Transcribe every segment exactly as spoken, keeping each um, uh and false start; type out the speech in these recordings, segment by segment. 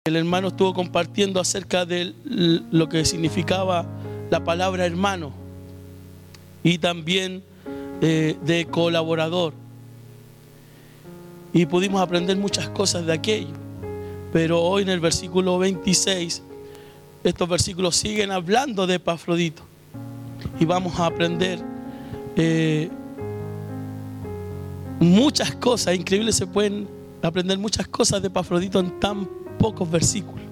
El hermano estuvo compartiendo acerca de lo que significaba la palabra hermano y también eh, de colaborador. Y pudimos aprender muchas cosas de aquello. Pero hoy en el versículo veintiséis, estos versículos siguen hablando de Epafrodito. Y vamos a aprender eh, muchas cosas. Increíbles, se pueden aprender muchas cosas de Epafrodito en tan pocos versículos.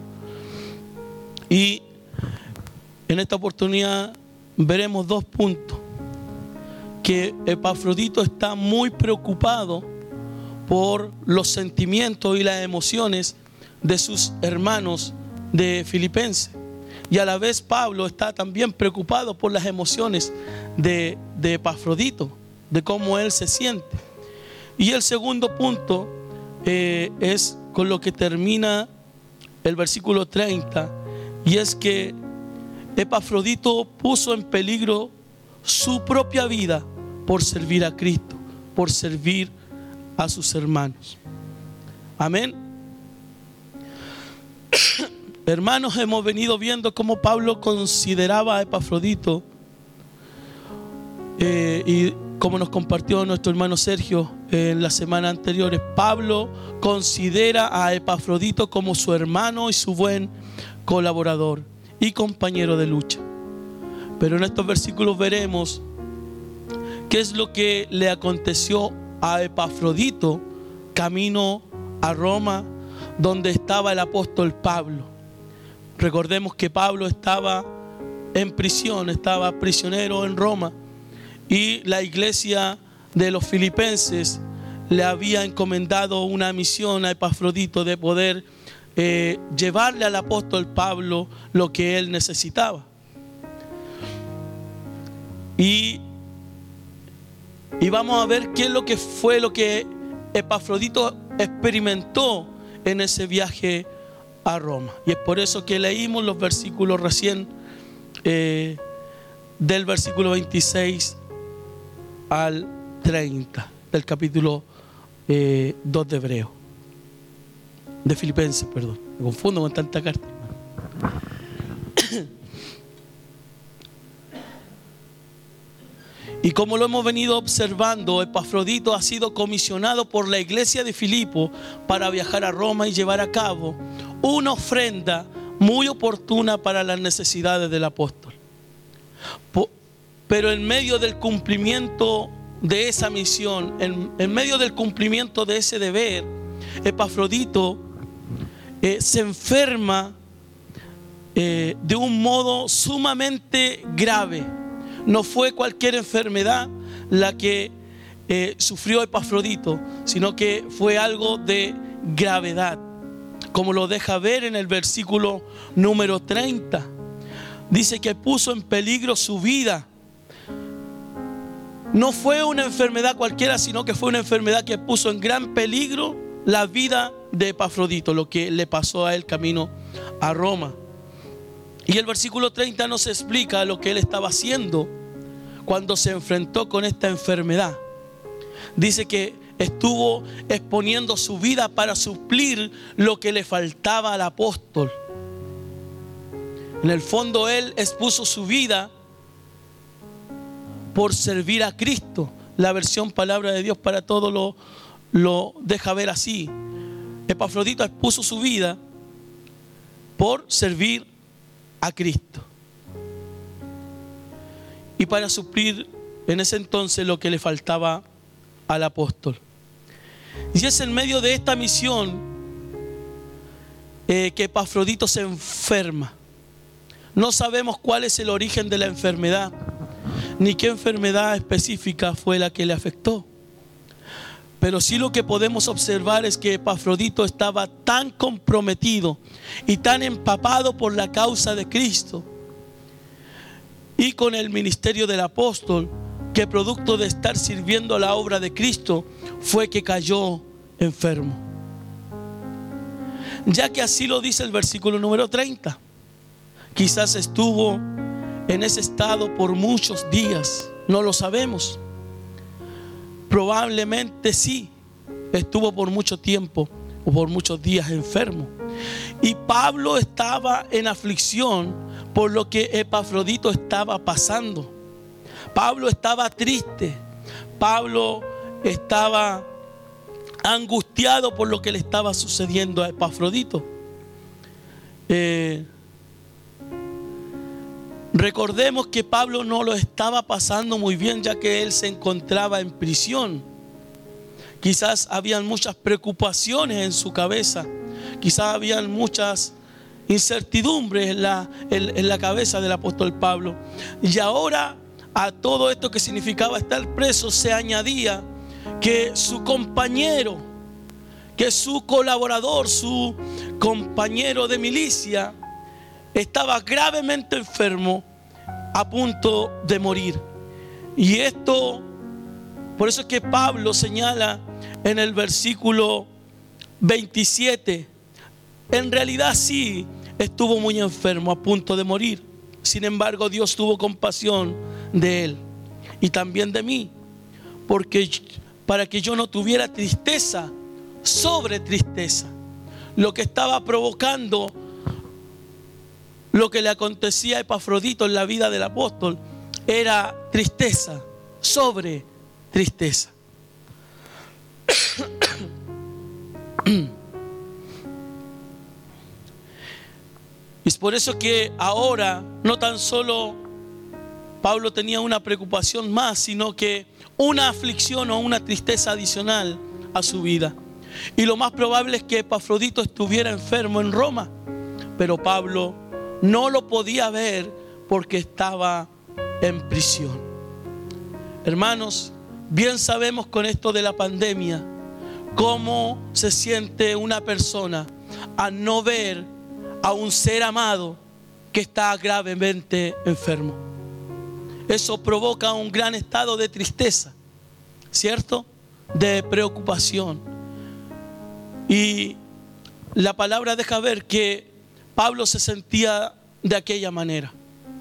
Y en esta oportunidad veremos dos puntos. Que Epafrodito está muy preocupado por los sentimientos y las emociones de sus hermanos de Filipenses. Y a la vez Pablo está también preocupado por las emociones de, de Epafrodito, de cómo él se siente. Y el segundo punto eh, es con lo que termina el versículo treinta, y es que Epafrodito puso en peligro su propia vida por servir a Cristo, por servir a sus hermanos. Amén. Hermanos, hemos venido viendo cómo Pablo consideraba a Epafrodito eh, y como nos compartió nuestro hermano Sergio en las semanas anteriores. Pablo considera a Epafrodito como su hermano y su buen colaborador y compañero de lucha. Pero en estos versículos veremos qué es lo que le aconteció a Epafrodito camino a Roma, donde estaba el apóstol Pablo. Recordemos que Pablo estaba en prisión, estaba prisionero en Roma, y la iglesia de los filipenses le había encomendado una misión a Epafrodito de poder eh, llevarle al apóstol Pablo lo que él necesitaba. Y, y vamos a ver qué es lo que fue lo que Epafrodito experimentó en ese viaje a Roma. Y es por eso que leímos los versículos recién eh, del versículo veintiséis al treinta del capítulo eh, dos de Hebreo, de Filipenses, perdón, me confundo con tanta carta. Y como lo hemos venido observando, Epafrodito ha sido comisionado por la iglesia de Filipo para viajar a Roma y llevar a cabo una ofrenda muy oportuna para las necesidades del apóstol. Pero en medio del cumplimiento de esa misión, en, en medio del cumplimiento de ese deber, Epafrodito eh, se enferma eh, de un modo sumamente grave. No fue cualquier enfermedad la que eh, sufrió Epafrodito, sino que fue algo de gravedad, como lo deja ver en el versículo número treinta. Dice que puso en peligro su vida. No fue una enfermedad cualquiera, sino que fue una enfermedad que puso en gran peligro la vida de Epafrodito, lo que le pasó a él camino a Roma. Y el versículo treinta nos explica lo que él estaba haciendo cuando se enfrentó con esta enfermedad. Dice que estuvo exponiendo su vida para suplir lo que le faltaba al apóstol. En el fondo él expuso su vida por servir a Cristo. La versión Palabra de Dios para Todos lo, lo deja ver así. Epafrodito expuso su vida por servir a Cristo y para suplir en ese entonces lo que le faltaba al apóstol. Y es en medio de esta misión eh, que Epafrodito se enferma. No sabemos cuál es el origen de la enfermedad, ni qué enfermedad específica fue la que le afectó. Pero sí lo que podemos observar es que Epafrodito estaba tan comprometido y tan empapado por la causa de Cristo y con el ministerio del apóstol, que producto de estar sirviendo a la obra de Cristo fue que cayó enfermo. Ya que así lo dice el versículo número treinta. Quizás estuvo en ese estado por muchos días, no lo sabemos. Probablemente sí, estuvo por mucho tiempo o por muchos días enfermo. Y Pablo estaba en aflicción por lo que Epafrodito estaba pasando. Pablo estaba triste. Pablo estaba angustiado por lo que le estaba sucediendo a Epafrodito. Eh, recordemos que Pablo no lo estaba pasando muy bien, ya que él se encontraba en prisión. Quizás habían muchas preocupaciones en su cabeza. Quizás habían muchas incertidumbres en la, en, en la cabeza del apóstol Pablo. Y ahora a todo esto que significaba estar preso se añadía que su compañero, que su colaborador, su compañero de milicia estaba gravemente enfermo, a punto de morir. Y esto, por eso es que Pablo señala en el versículo veintisiete, en realidad sí estuvo muy enfermo, a punto de morir. Sin embargo, Dios tuvo compasión de él y también de mí, porque para que yo no tuviera tristeza sobre tristeza. Lo que estaba provocando lo que le acontecía a Epafrodito en la vida del apóstol era tristeza sobre tristeza. Y es por eso que ahora no tan solo Pablo tenía una preocupación más, sino que una aflicción o una tristeza adicional a su vida. Y lo más probable es que Epafrodito estuviera enfermo en Roma, pero Pablo no lo podía ver porque estaba en prisión. Hermanos, bien sabemos con esto de la pandemia cómo se siente una persona al no ver a un ser amado que está gravemente enfermo. Eso provoca un gran estado de tristeza, ¿cierto? De preocupación. Y la palabra deja ver que Pablo se sentía de aquella manera.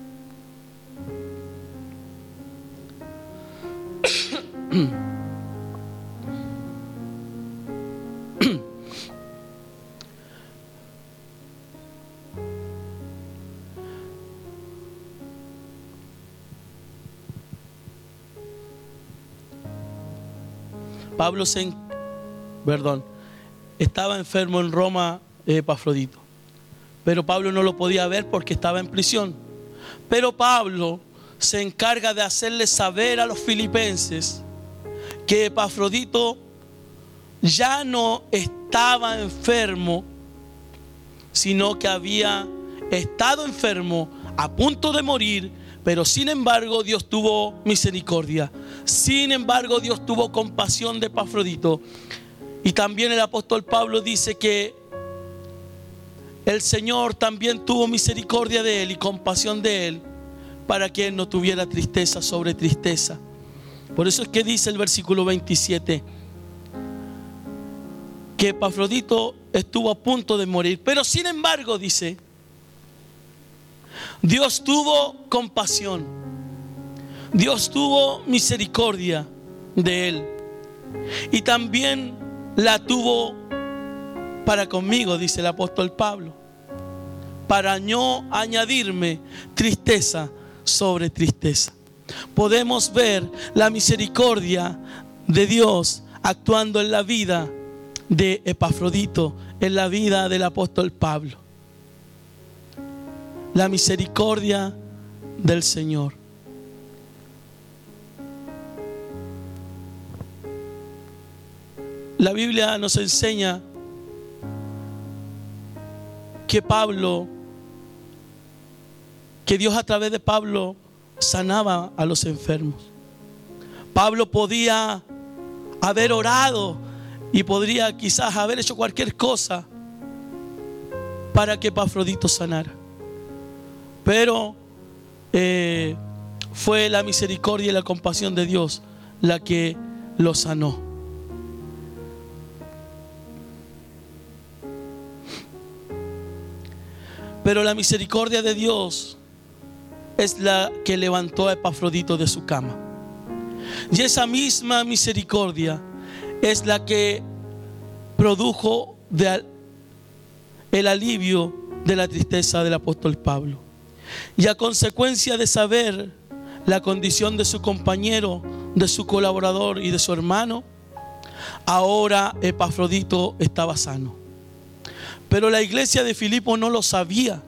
Pablo se, perdón, estaba enfermo en Roma, Epafrodito, pero Pablo no lo podía ver porque estaba en prisión. Pero Pablo se encarga de hacerle saber a los filipenses que Epafrodito ya no estaba enfermo, sino que había estado enfermo, a punto de morir, pero sin embargo Dios tuvo misericordia. Sin embargo Dios tuvo compasión de Epafrodito. Y también el apóstol Pablo dice que el Señor también tuvo misericordia de él y compasión de él, para que él no tuviera tristeza sobre tristeza. Por eso es que dice el versículo veintisiete que Epafrodito estuvo a punto de morir, pero sin embargo, dice, Dios tuvo compasión, Dios tuvo misericordia de él, y también la tuvo para conmigo, dice el apóstol Pablo, para no añadirme tristeza sobre tristeza. Podemos ver la misericordia de Dios actuando en la vida de Epafrodito, en la vida del apóstol Pablo. La misericordia del Señor. La Biblia nos enseña que Pablo, que Dios a través de Pablo sanaba a los enfermos. Pablo podía haber orado y podría quizás haber hecho cualquier cosa para que Epafrodito sanara. Pero eh, fue la misericordia y la compasión de Dios la que lo sanó. Pero la misericordia de Dios es la que levantó a Epafrodito de su cama. Y esa misma misericordia es la que produjo de, el alivio de la tristeza del apóstol Pablo. Y a consecuencia de saber la condición de su compañero, de su colaborador y de su hermano, ahora Epafrodito estaba sano. Pero la iglesia de Filipo no lo sabía.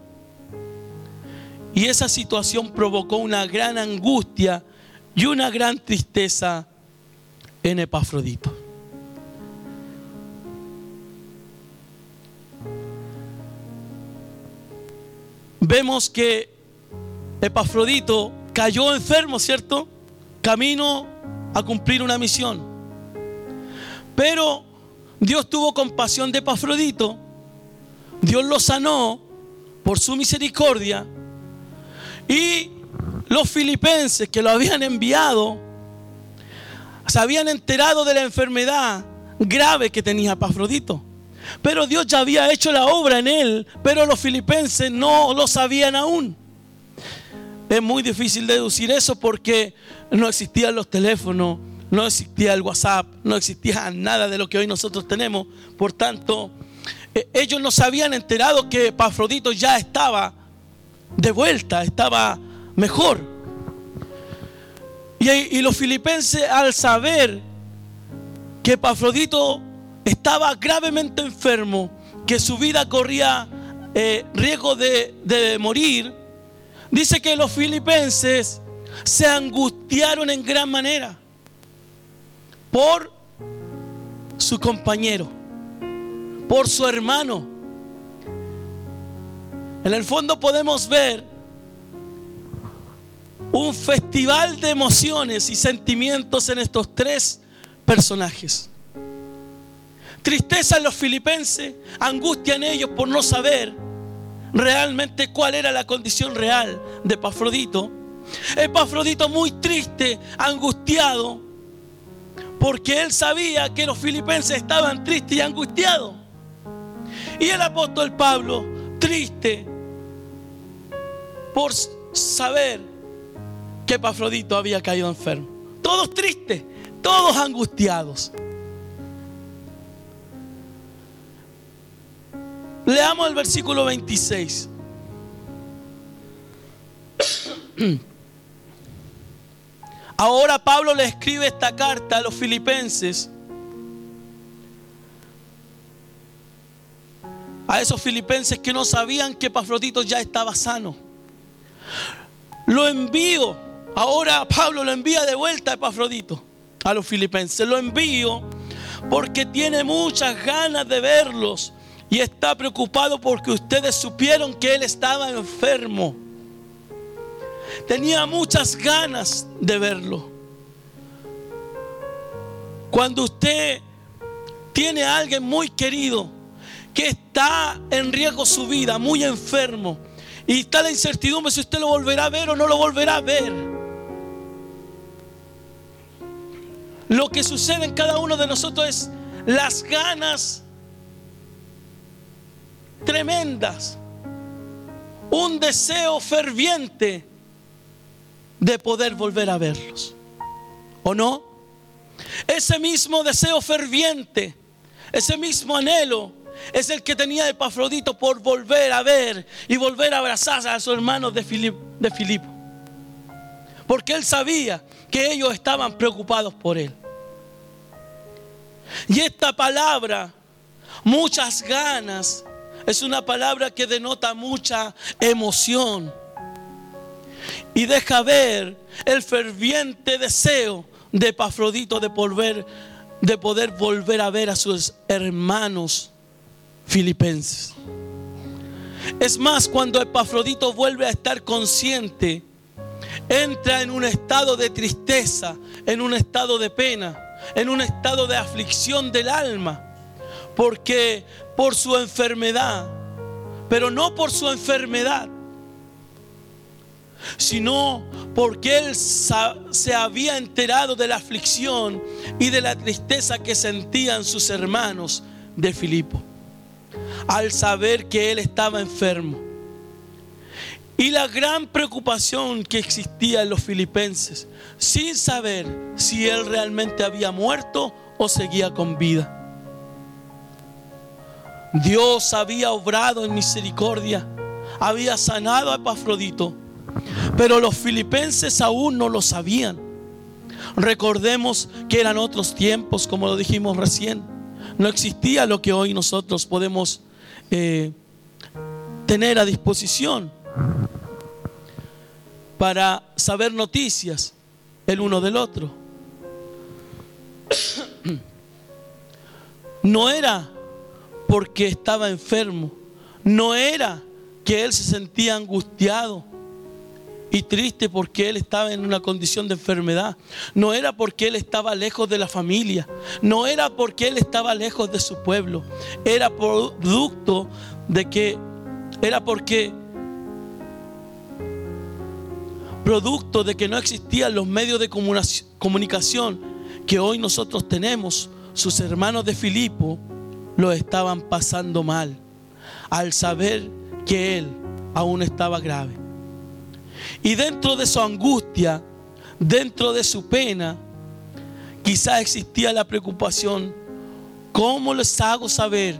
Y esa situación provocó una gran angustia y una gran tristeza en Epafrodito. Vemos que Epafrodito cayó enfermo, ¿cierto? Camino a cumplir una misión. Pero Dios tuvo compasión de Epafrodito. Dios lo sanó por su misericordia. Y los filipenses que lo habían enviado se habían enterado de la enfermedad grave que tenía Epafrodito. Pero Dios ya había hecho la obra en él, pero los filipenses no lo sabían aún. Es muy difícil deducir eso porque no existían los teléfonos, no existía el WhatsApp, no existía nada de lo que hoy nosotros tenemos. Por tanto, ellos no se habían enterado que Epafrodito ya estaba de vuelta, estaba mejor. Y, y los filipenses, al saber que Epafrodito estaba gravemente enfermo, que su vida corría eh, riesgo de, de morir, dice que los filipenses se angustiaron en gran manera por su compañero, por su hermano. En el fondo podemos ver un festival de emociones y sentimientos en estos tres personajes. Tristeza en los filipenses, angustia en ellos por no saber realmente cuál era la condición real de Epafrodito. Epafrodito muy triste, angustiado, porque él sabía que los filipenses estaban tristes y angustiados. Y el apóstol Pablo, triste por saber que Epafrodito había caído enfermo. Todos tristes, todos angustiados. Leamos el versículo veintiséis. Ahora Pablo le escribe esta carta a los filipenses, a esos filipenses que no sabían que Epafrodito ya estaba sano. Lo envío, ahora Pablo lo envía de vuelta a Epafrodito, a los filipenses. Lo envío porque tiene muchas ganas de verlos y está preocupado porque ustedes supieron que él estaba enfermo. Tenía muchas ganas de verlo. Cuando usted tiene a alguien muy querido que está en riesgo su vida, muy enfermo, y está la incertidumbre si usted lo volverá a ver o no lo volverá a ver. Lo que sucede en cada uno de nosotros es las ganas tremendas, un deseo ferviente de poder volver a verlos, ¿o no? Ese mismo deseo ferviente, ese mismo anhelo es el que tenía Epafrodito por volver a ver y volver a abrazar a sus hermanos de Filipo, de Filipo, porque él sabía que ellos estaban preocupados por él. Y esta palabra, muchas ganas, es una palabra que denota mucha emoción y deja ver el ferviente deseo de Epafrodito de volver, de poder volver a ver a sus hermanos filipenses. Es más, cuando Epafrodito vuelve a estar consciente, entra en un estado de tristeza, en un estado de pena, en un estado de aflicción del alma, porque por su enfermedad, pero no por su enfermedad, sino porque él se había enterado de la aflicción y de la tristeza que sentían sus hermanos de Filipo, al saber que él estaba enfermo. Y la gran preocupación que existía en los filipenses, sin saber si él realmente había muerto o seguía con vida. Dios había obrado en misericordia, había sanado a Epafrodito, pero los filipenses aún no lo sabían. Recordemos que eran otros tiempos, como lo dijimos recién. No existía lo que hoy nosotros podemos eh, tener a disposición para saber noticias el uno del otro. No era porque estaba enfermo, no era que él se sentía angustiado y triste porque él estaba en una condición de enfermedad, no era porque él estaba lejos de la familia, no era porque él estaba lejos de su pueblo, era producto de que era porque producto de que no existían los medios de comunicación que hoy nosotros tenemos. Sus hermanos de Filipo lo estaban pasando mal al saber que él aún estaba grave. Y dentro de su angustia, dentro de su pena, quizás existía la preocupación: ¿cómo les hago saber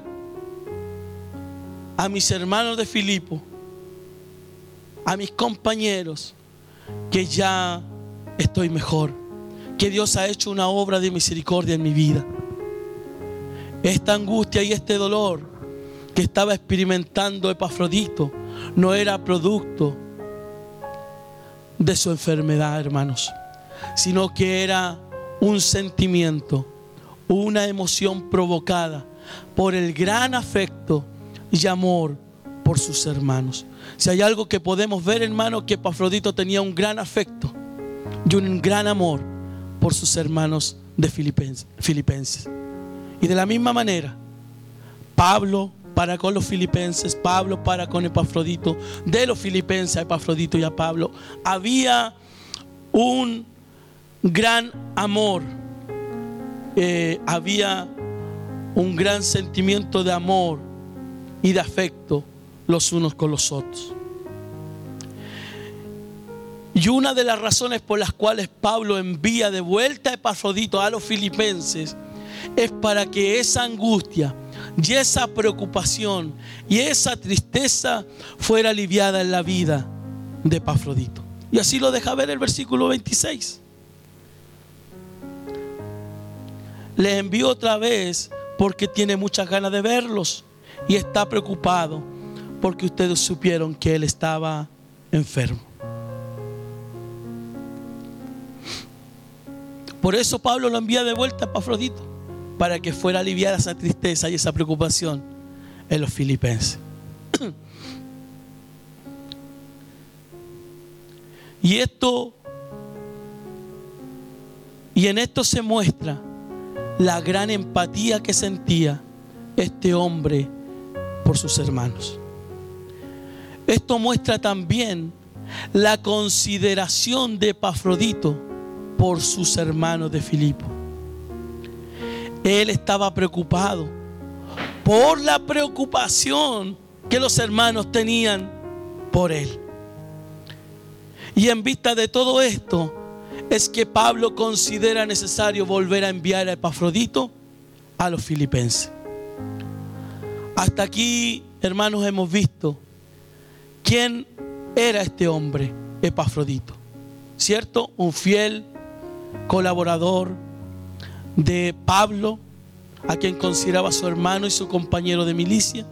a mis hermanos de Filipo, a mis compañeros, que ya estoy mejor, que Dios ha hecho una obra de misericordia en mi vida? Esta angustia y este dolor que estaba experimentando Epafrodito no era producto de su enfermedad, hermanos, sino que era un sentimiento, una emoción provocada por el gran afecto y amor por sus hermanos. Si hay algo que podemos ver, hermanos, que Epafrodito tenía un gran afecto y un gran amor por sus hermanos de Filipenses. Y de la misma manera, Pablo para con los filipenses, Pablo para con Epafrodito, de los filipenses a Epafrodito y a Pablo, había un gran amor, eh, había un gran sentimiento de amor y de afecto los unos con los otros. Y una de las razones por las cuales Pablo envía de vuelta a Epafrodito a los filipenses es para que esa angustia y esa preocupación y esa tristeza fuera aliviada en la vida de Epafrodito. Y así lo deja ver el versículo veintiséis. Les envío otra vez porque tiene muchas ganas de verlos y está preocupado porque ustedes supieron que él estaba enfermo. Por eso Pablo lo envía de vuelta a Epafrodito, para que fuera aliviada esa tristeza y esa preocupación en los filipenses. Y esto, y en esto se muestra la gran empatía que sentía este hombre por sus hermanos. Esto muestra también la consideración de Epafrodito por sus hermanos de Filipo. Él estaba preocupado por la preocupación que los hermanos tenían por él. Y en vista de todo esto, es que Pablo considera necesario volver a enviar a Epafrodito a los filipenses. Hasta aquí, hermanos, hemos visto quién era este hombre, Epafrodito. ¿Cierto? Un fiel colaborador de Pablo, a quien consideraba su hermano y su compañero de milicia.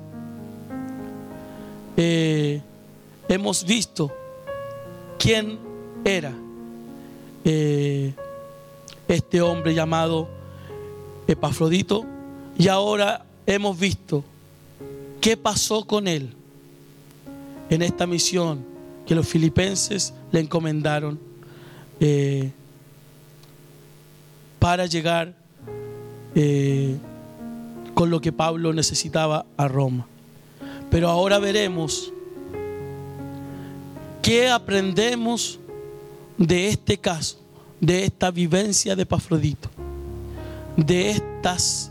Eh, hemos visto quién era eh, este hombre llamado Epafrodito, y ahora hemos visto qué pasó con él en esta misión que los filipenses le encomendaron eh, para llegar eh, con lo que Pablo necesitaba a Roma. Pero ahora veremos qué aprendemos de este caso, de esta vivencia de Epafrodito, de estas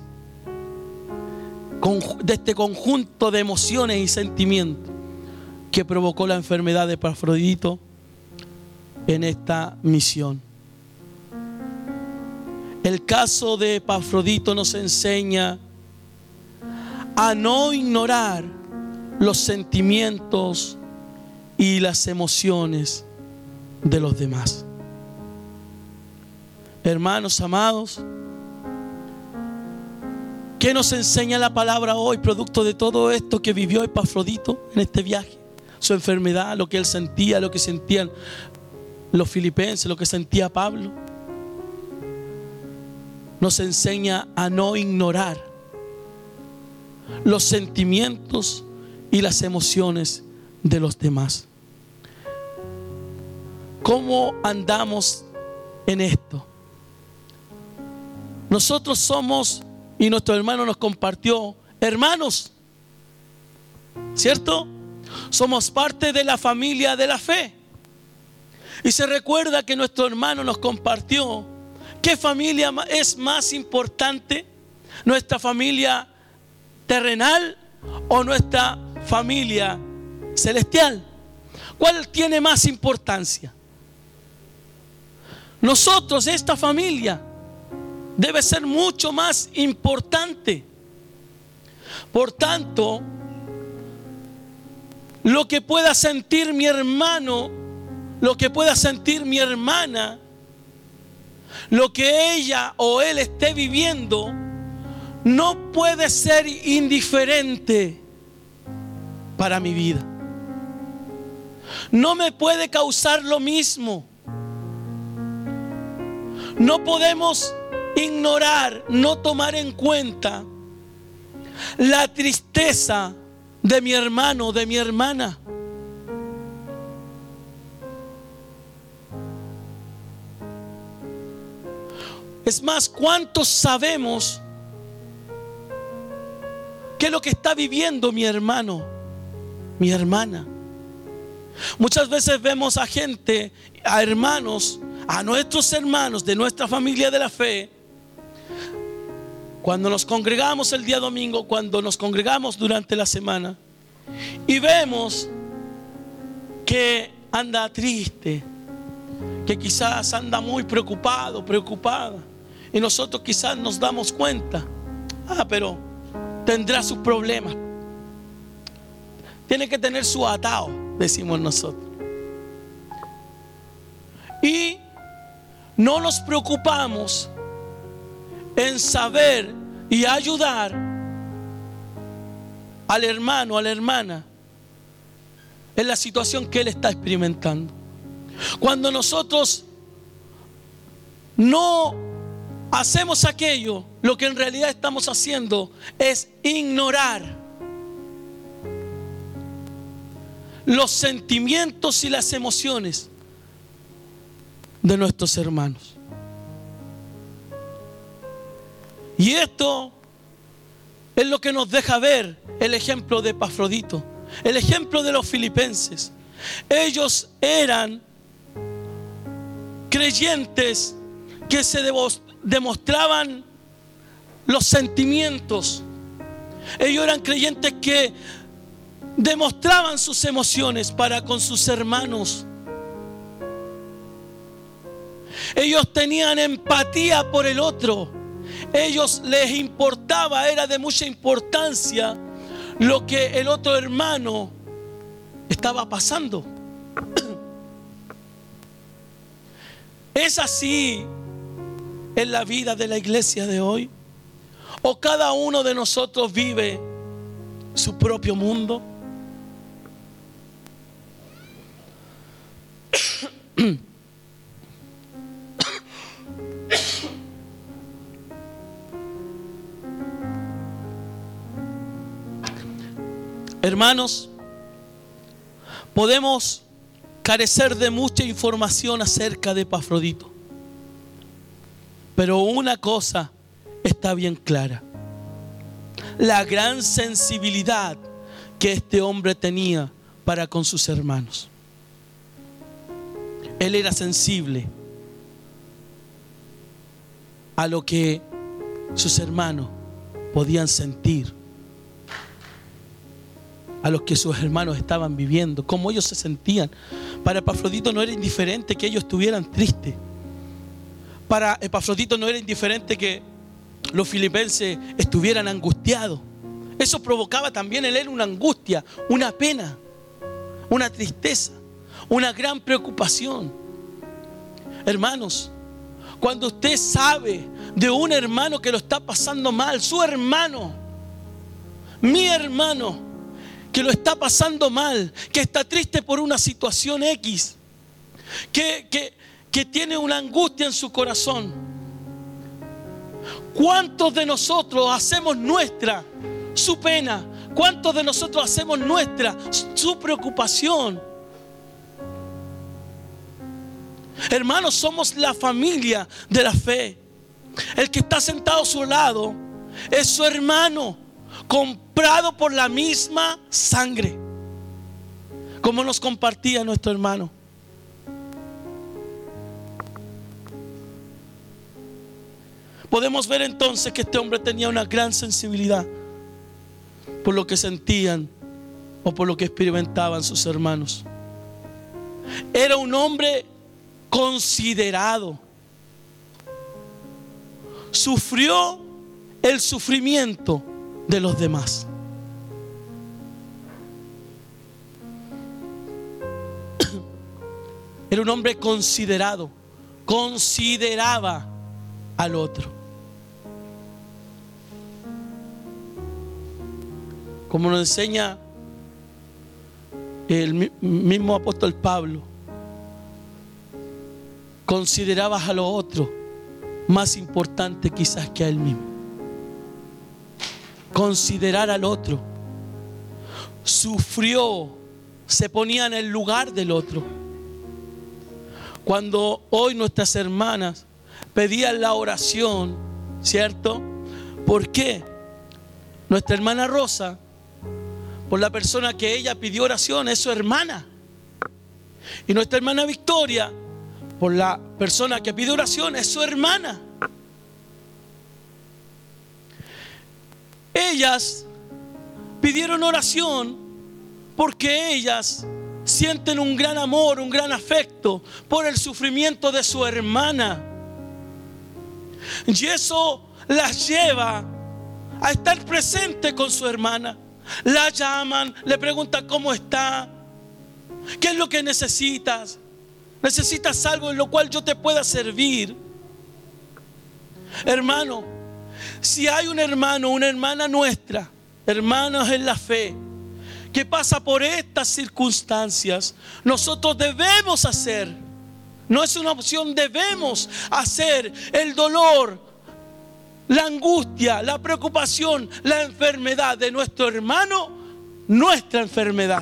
de este conjunto de emociones y sentimientos que provocó la enfermedad de Epafrodito en esta misión. El caso de Epafrodito nos enseña a no ignorar los sentimientos y las emociones de los demás. Hermanos amados, ¿qué nos enseña la palabra hoy, producto de todo esto que vivió Epafrodito en este viaje? Su enfermedad, lo que él sentía, lo que sentían los filipenses, lo que sentía Pablo. Nos enseña a no ignorar los sentimientos y las emociones de los demás. ¿Cómo andamos en esto? Nosotros somos, y nuestro hermano nos compartió, hermanos, ¿cierto? Somos parte de la familia de la fe. Y se recuerda que nuestro hermano nos compartió qué familia es más importante, nuestra familia terrenal o nuestra familia celestial. ¿Cuál tiene más importancia? Nosotros, esta familia, debe ser mucho más importante. Por tanto, lo que pueda sentir mi hermano, lo que pueda sentir mi hermana, lo que ella o él esté viviendo, no puede ser indiferente para mi vida. No me puede causar lo mismo. No podemos ignorar, no tomar en cuenta la tristeza de mi hermano, de mi hermana. Es más, ¿cuántos sabemos qué es lo que está viviendo mi hermano, mi hermana? Muchas veces vemos a gente, a hermanos, a nuestros hermanos de nuestra familia de la fe, cuando nos congregamos el día domingo, cuando nos congregamos durante la semana, y vemos que anda triste, que quizás anda muy preocupado, preocupada, y nosotros quizás nos damos cuenta, ah, pero tendrá sus problemas, tiene que tener su atao, decimos nosotros, y no nos preocupamos en saber y ayudar al hermano, a la hermana, en la situación que él está experimentando. Cuando nosotros no hacemos aquello, lo que en realidad estamos haciendo es ignorar los sentimientos y las emociones de nuestros hermanos. Y esto es lo que nos deja ver el ejemplo de Epafrodito, el ejemplo de los filipenses. Ellos eran creyentes que se demostraban los sentimientos. Ellos eran creyentes que demostraban sus emociones para con sus hermanos. Ellos tenían empatía por el otro. Ellos les importaba, era de mucha importancia lo que el otro hermano estaba pasando. ¿Es así en la vida de la iglesia de hoy? ¿O cada uno de nosotros vive su propio mundo? Hermanos, podemos carecer de mucha información acerca de Epafrodito, pero una cosa está bien clara: la gran sensibilidad que este hombre tenía para con sus hermanos. Él era sensible a lo que sus hermanos podían sentir, a los que sus hermanos estaban viviendo, cómo ellos se sentían. Para Epafrodito no era indiferente que ellos estuvieran tristes. Para Epafrodito no era indiferente que los filipenses estuvieran angustiados. Eso provocaba también en él una angustia, una pena, una tristeza, una gran preocupación. Hermanos, cuando usted sabe de un hermano que lo está pasando mal, su hermano, mi hermano, que lo está pasando mal, que está triste por una situación X, que, que, que tiene una angustia en su corazón, ¿cuántos de nosotros hacemos nuestra su pena? ¿Cuántos de nosotros hacemos nuestra su preocupación? Hermanos, somos la familia de la fe. El que está sentado a su lado es su hermano, comprado por la misma sangre, como nos compartía nuestro hermano. Podemos ver entonces que este hombre tenía una gran sensibilidad por lo que sentían o por lo que experimentaban sus hermanos. Era un hombre considerado. Sufrió el sufrimiento de los demás. Era un hombre considerado. Consideraba al otro. Como nos enseña el mismo apóstol Pablo, considerabas a los otros más importante quizás que a él mismo. Considerar al otro. Sufrió, se ponía en el lugar del otro. Cuando hoy nuestras hermanas pedían la oración, ¿cierto? ¿Por qué? Nuestra hermana Rosa, por la persona que ella pidió oración, es su hermana. Y nuestra hermana Victoria, por la persona que pide oración, es su hermana. Ellas pidieron oración porque ellas sienten un gran amor, un gran afecto por el sufrimiento de su hermana. Y eso las lleva a estar presente con su hermana. La llaman, le preguntan cómo está, qué es lo que necesitas. Necesitas algo en lo cual yo te pueda servir. Hermano, si hay un hermano, una hermana nuestra, hermanos en la fe, que pasa por estas circunstancias, nosotros debemos hacer, no es una opción, debemos hacer el dolor, la angustia, la preocupación, la enfermedad de nuestro hermano, nuestra enfermedad.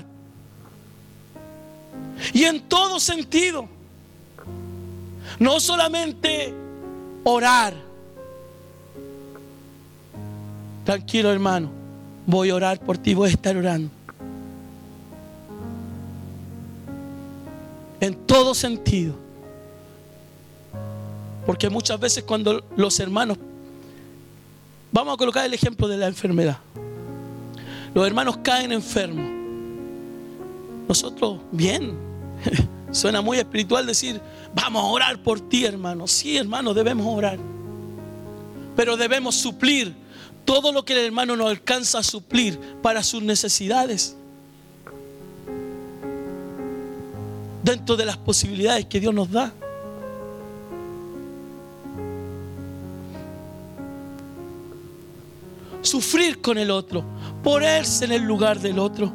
Y en todo sentido. No solamente orar. Tranquilo, hermano, voy a orar por ti, voy a estar orando. En todo sentido. Porque muchas veces cuando los hermanos, vamos a colocar el ejemplo de la enfermedad. Los hermanos caen enfermos. Nosotros, bien, suena muy espiritual decir, vamos a orar por ti, hermano. Sí, hermano, debemos orar. Pero debemos suplir todo lo que el hermano no alcanza a suplir para sus necesidades, dentro de las posibilidades que Dios nos da. Sufrir con el otro, ponerse en el lugar del otro.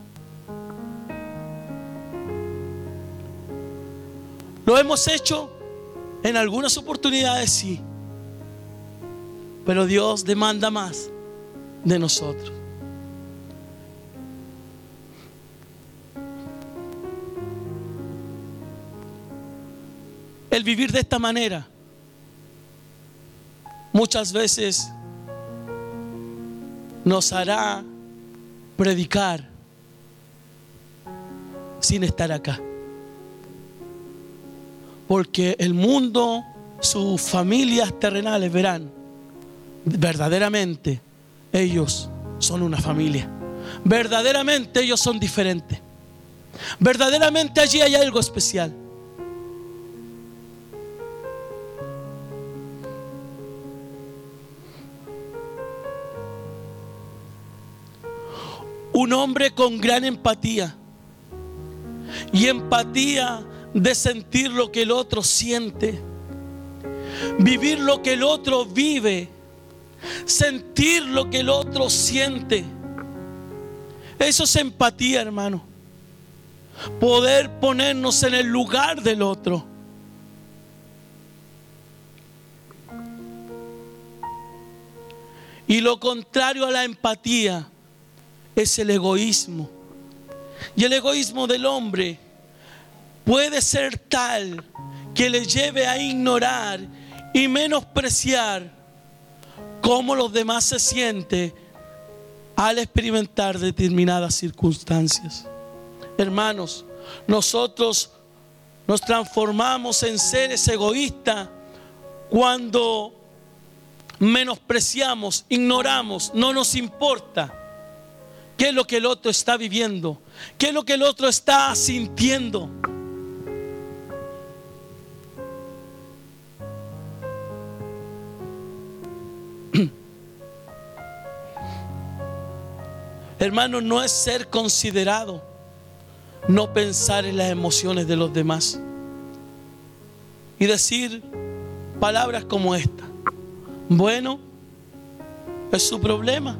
¿Lo hemos hecho? En algunas oportunidades sí. Pero Dios demanda más de nosotros. El vivir de esta manera muchas veces nos hará predicar sin estar acá. Porque el mundo, sus familias terrenales verán, verdaderamente ellos son una familia. Verdaderamente ellos son diferentes. Verdaderamente allí hay algo especial. un hombre con gran empatía. Y empatía de sentir lo que el otro siente, vivir lo que el otro vive, sentir lo que el otro siente. Eso es empatía, hermano. Poder ponernos en el lugar del otro. Y lo contrario a la empatía es el egoísmo. Y el egoísmo del hombre puede ser tal que le lleve a ignorar y menospreciar cómo los demás se sienten al experimentar determinadas circunstancias. Hermanos, nosotros nos transformamos en seres egoístas cuando menospreciamos, ignoramos, no nos importa qué es lo que el otro está viviendo, qué es lo que el otro está sintiendo. Hermano, no es ser considerado no pensar en las emociones de los demás y decir palabras como esta: bueno, es su problema.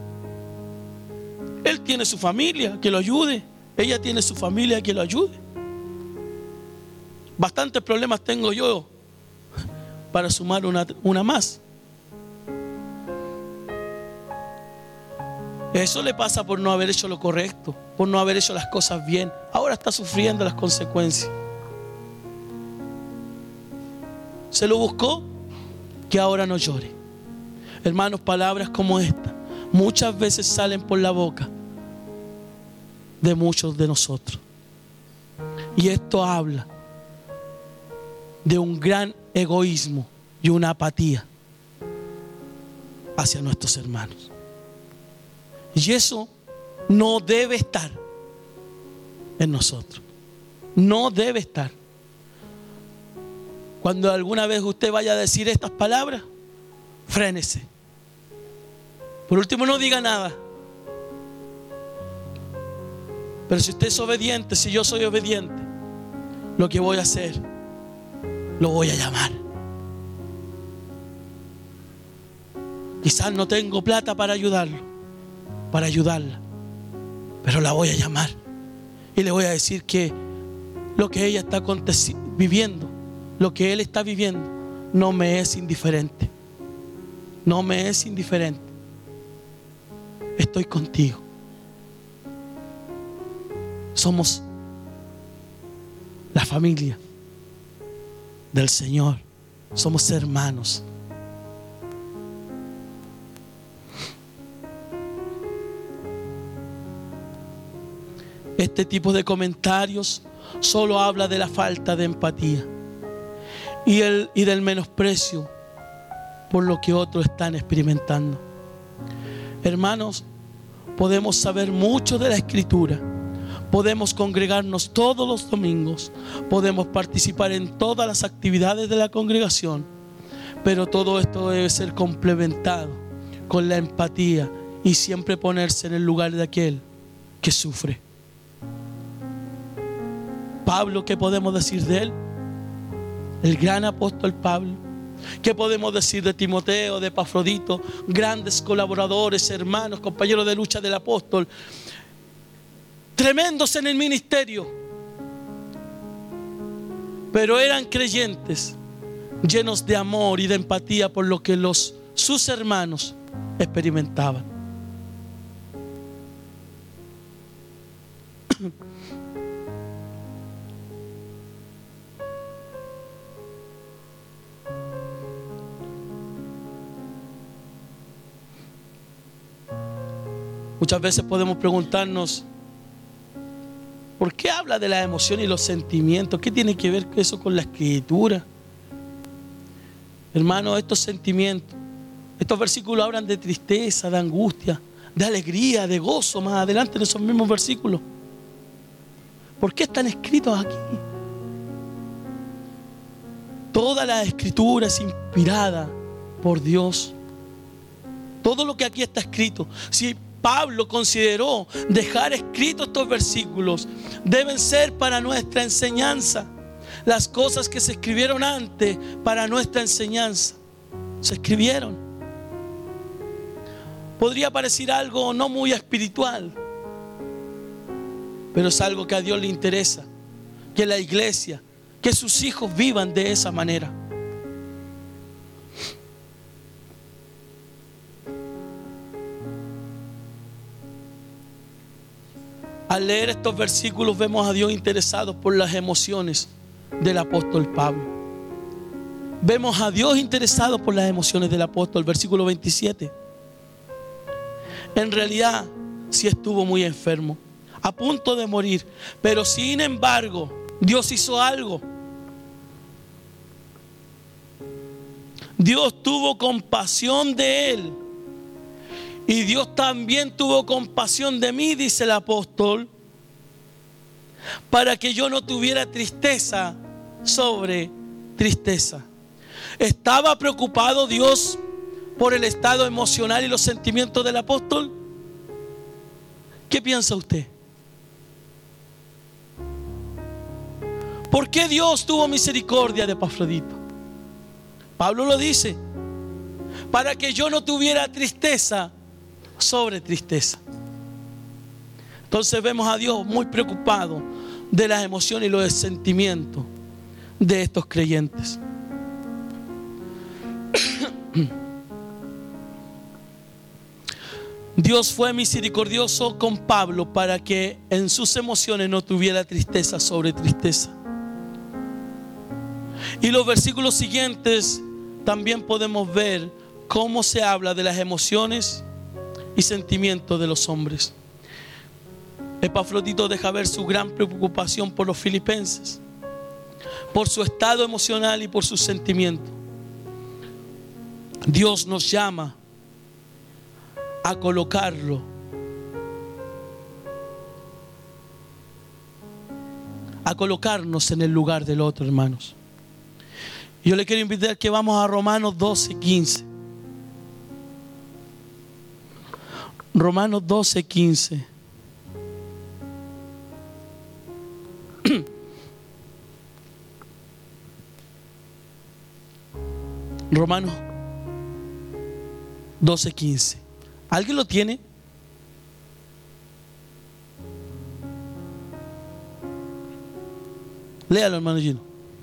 Él tiene su familia, que lo ayude. Ella tiene su familia, que lo ayude. Bastantes problemas tengo yo para sumar una, una más. Eso le pasa por no haber hecho lo correcto, por no haber hecho las cosas bien. Ahora está sufriendo las consecuencias. Se lo buscó, que ahora no llore. Hermanos, palabras como esta muchas veces salen por la boca de muchos de nosotros. Y esto habla de un gran egoísmo y una apatía hacia nuestros hermanos. Y eso no debe estar en nosotros. No debe estar. Cuando alguna vez usted vaya a decir estas palabras, frénese. Por último, no diga nada. Pero si usted es obediente, si yo soy obediente, lo que voy a hacer, lo voy a llamar. Quizás no tengo plata para ayudarlo, para ayudarla, pero la voy a llamar y le voy a decir que lo que ella está viviendo, lo que él está viviendo, no me es indiferente. No me es indiferente. Estoy contigo. Somos la familia del Señor. Somos hermanos. Este tipo de comentarios solo habla de la falta de empatía y, el, y del menosprecio por lo que otros están experimentando. Hermanos, podemos saber mucho de la Escritura, podemos congregarnos todos los domingos, podemos participar en todas las actividades de la congregación, pero todo esto debe ser complementado con la empatía y siempre ponerse en el lugar de aquel que sufre. Pablo, ¿qué podemos decir de él? El gran apóstol Pablo. ¿Qué podemos decir de Timoteo, de Epafrodito? Grandes colaboradores, hermanos, compañeros de lucha del apóstol, tremendos en el ministerio, pero eran creyentes, llenos de amor y de empatía por lo que los, sus hermanos experimentaban. Muchas veces podemos preguntarnos, ¿por qué habla de las emociones y los sentimientos? ¿Qué tiene que ver eso con la Escritura? Hermano, estos sentimientos, estos versículos hablan de tristeza, de angustia, de alegría, de gozo, más adelante en esos mismos versículos. ¿Por qué están escritos aquí? Toda la Escritura es inspirada por Dios. Todo lo que aquí está escrito, si Pablo consideró dejar escritos estos versículos. Deben ser para nuestra enseñanza. Las cosas que se escribieron antes para nuestra enseñanza se escribieron. Podría parecer algo no muy espiritual, pero es algo que a Dios le interesa, que la iglesia, que sus hijos vivan de esa manera. Al leer estos versículos vemos a Dios interesado por las emociones del apóstol Pablo. Vemos a Dios interesado por las emociones del apóstol. Versículo veintisiete. En realidad, sí estuvo muy enfermo, a punto de morir, pero sin embargo, Dios hizo algo. Dios tuvo compasión de él. Y Dios también tuvo compasión de mí, dice el apóstol, para que yo no tuviera tristeza sobre tristeza. ¿Estaba preocupado Dios por el estado emocional y los sentimientos del apóstol? ¿Qué piensa usted? ¿Por qué Dios tuvo misericordia de Epafrodito? Pablo lo dice, para que yo no tuviera tristeza sobre tristeza. Entonces vemos a Dios muy preocupado de las emociones y los sentimientos de estos creyentes. Dios fue misericordioso con Pablo para que en sus emociones no tuviera tristeza sobre tristeza. Y los versículos siguientes también podemos ver cómo se habla de las emociones y sentimientos de los hombres. Epafrodito deja ver su gran preocupación por los filipenses, por su estado emocional y por sus sentimientos. Dios nos llama a colocarlo a colocarnos en el lugar del otro, hermanos. Yo le quiero invitar a que vamos a Romanos doce, quince. Romanos doce, quince. Romanos doce, quince. ¿Alguien lo tiene? Léalo, hermano Gino.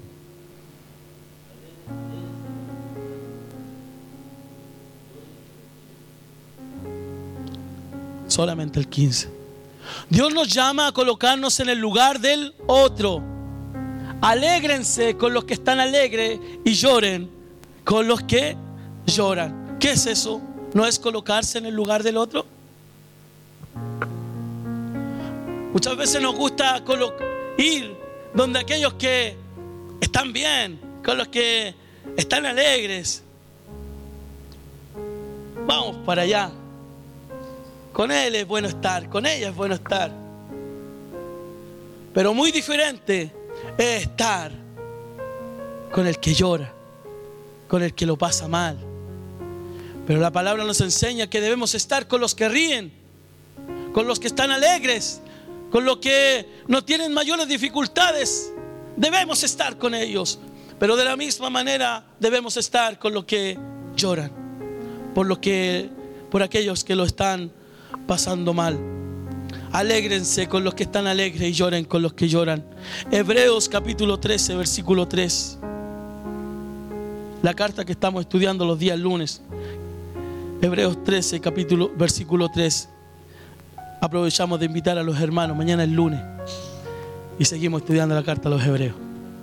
Solamente el quince. Dios nos llama a colocarnos en el lugar del otro. Alégrense con los que están alegres y lloren con los que lloran. ¿Qué es eso? ¿No es colocarse en el lugar del otro? Muchas veces nos gusta ir donde aquellos que están bien, con los que están alegres. Vamos para allá. Con él es bueno estar, con ella es bueno estar. Pero muy diferente es estar con el que llora, con el que lo pasa mal. Pero la palabra nos enseña que debemos estar con los que ríen, con los que están alegres, con los que no tienen mayores dificultades. Debemos estar con ellos. Pero de la misma manera debemos estar con los que lloran, por, lo que, por aquellos que lo están pasando mal. Alégrense con los que están alegres y lloren con los que lloran. Hebreos capítulo trece, versículo tres. La carta que estamos estudiando los días lunes. Hebreos trece, capítulo, versículo tres. Aprovechamos de invitar a los hermanos. Mañana es lunes y seguimos estudiando la carta a los hebreos.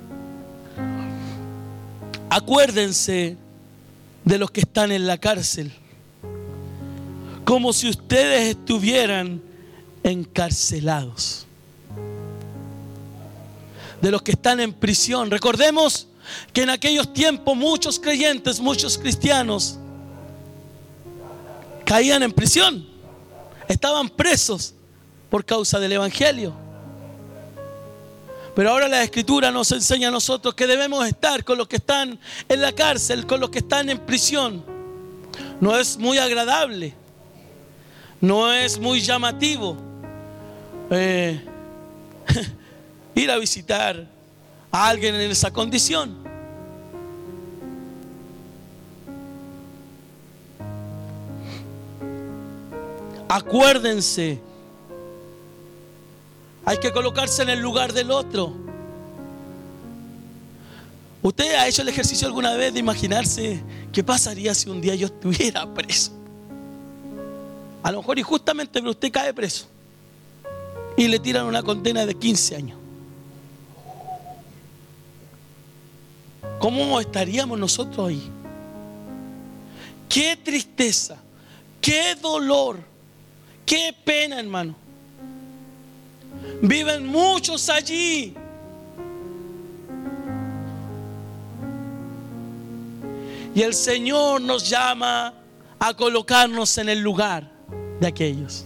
Acuérdense de los que están en la cárcel, como si ustedes estuvieran encarcelados. De los que están en prisión. Recordemos que en aquellos tiempos muchos creyentes, muchos cristianos caían en prisión, estaban presos por causa del evangelio. Pero ahora la Escritura nos enseña a nosotros que debemos estar con los que están en la cárcel, con los que están en prisión. No es muy agradable No es muy llamativo eh, ir a visitar a alguien en esa condición. Acuérdense, hay que colocarse en el lugar del otro. ¿Usted ha hecho el ejercicio alguna vez de imaginarse qué pasaría si un día yo estuviera preso? A lo mejor injustamente, pero usted cae preso y le tiran una condena de quince años. ¿Cómo estaríamos nosotros ahí? Qué tristeza, qué dolor, qué pena, hermano. Viven muchos allí. Y el Señor nos llama a colocarnos en el lugar de aquellos.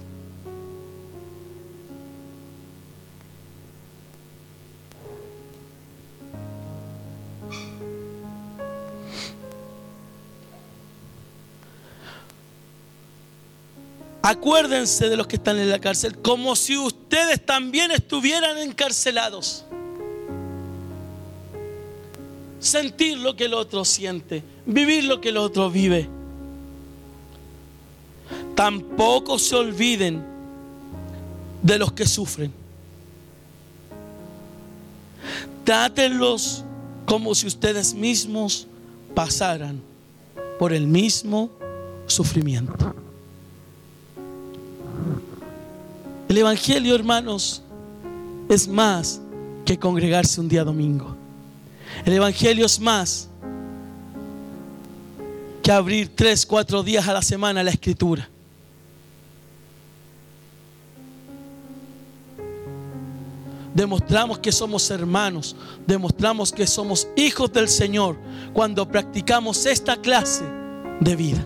Acuérdense de los que están en la cárcel, como si ustedes también estuvieran encarcelados. Sentir lo que el otro siente, vivir lo que el otro vive. Tampoco se olviden de los que sufren. Trátenlos como si ustedes mismos pasaran por el mismo sufrimiento. El Evangelio, hermanos, es más que congregarse un día domingo. El Evangelio es más que abrir tres, cuatro días a la semana la Escritura. Demostramos que somos hermanos, demostramos que somos hijos del Señor cuando practicamos esta clase de vida.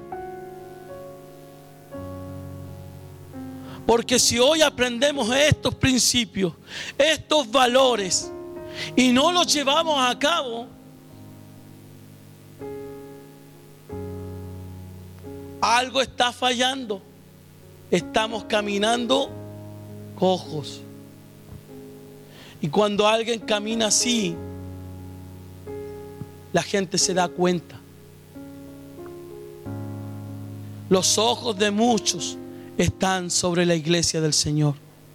Porque si hoy aprendemos estos principios, estos valores, y no los llevamos a cabo, algo está fallando. Estamos caminando cojos. Y cuando alguien camina así, la gente se da cuenta. Los ojos de muchos están sobre la iglesia del Señor.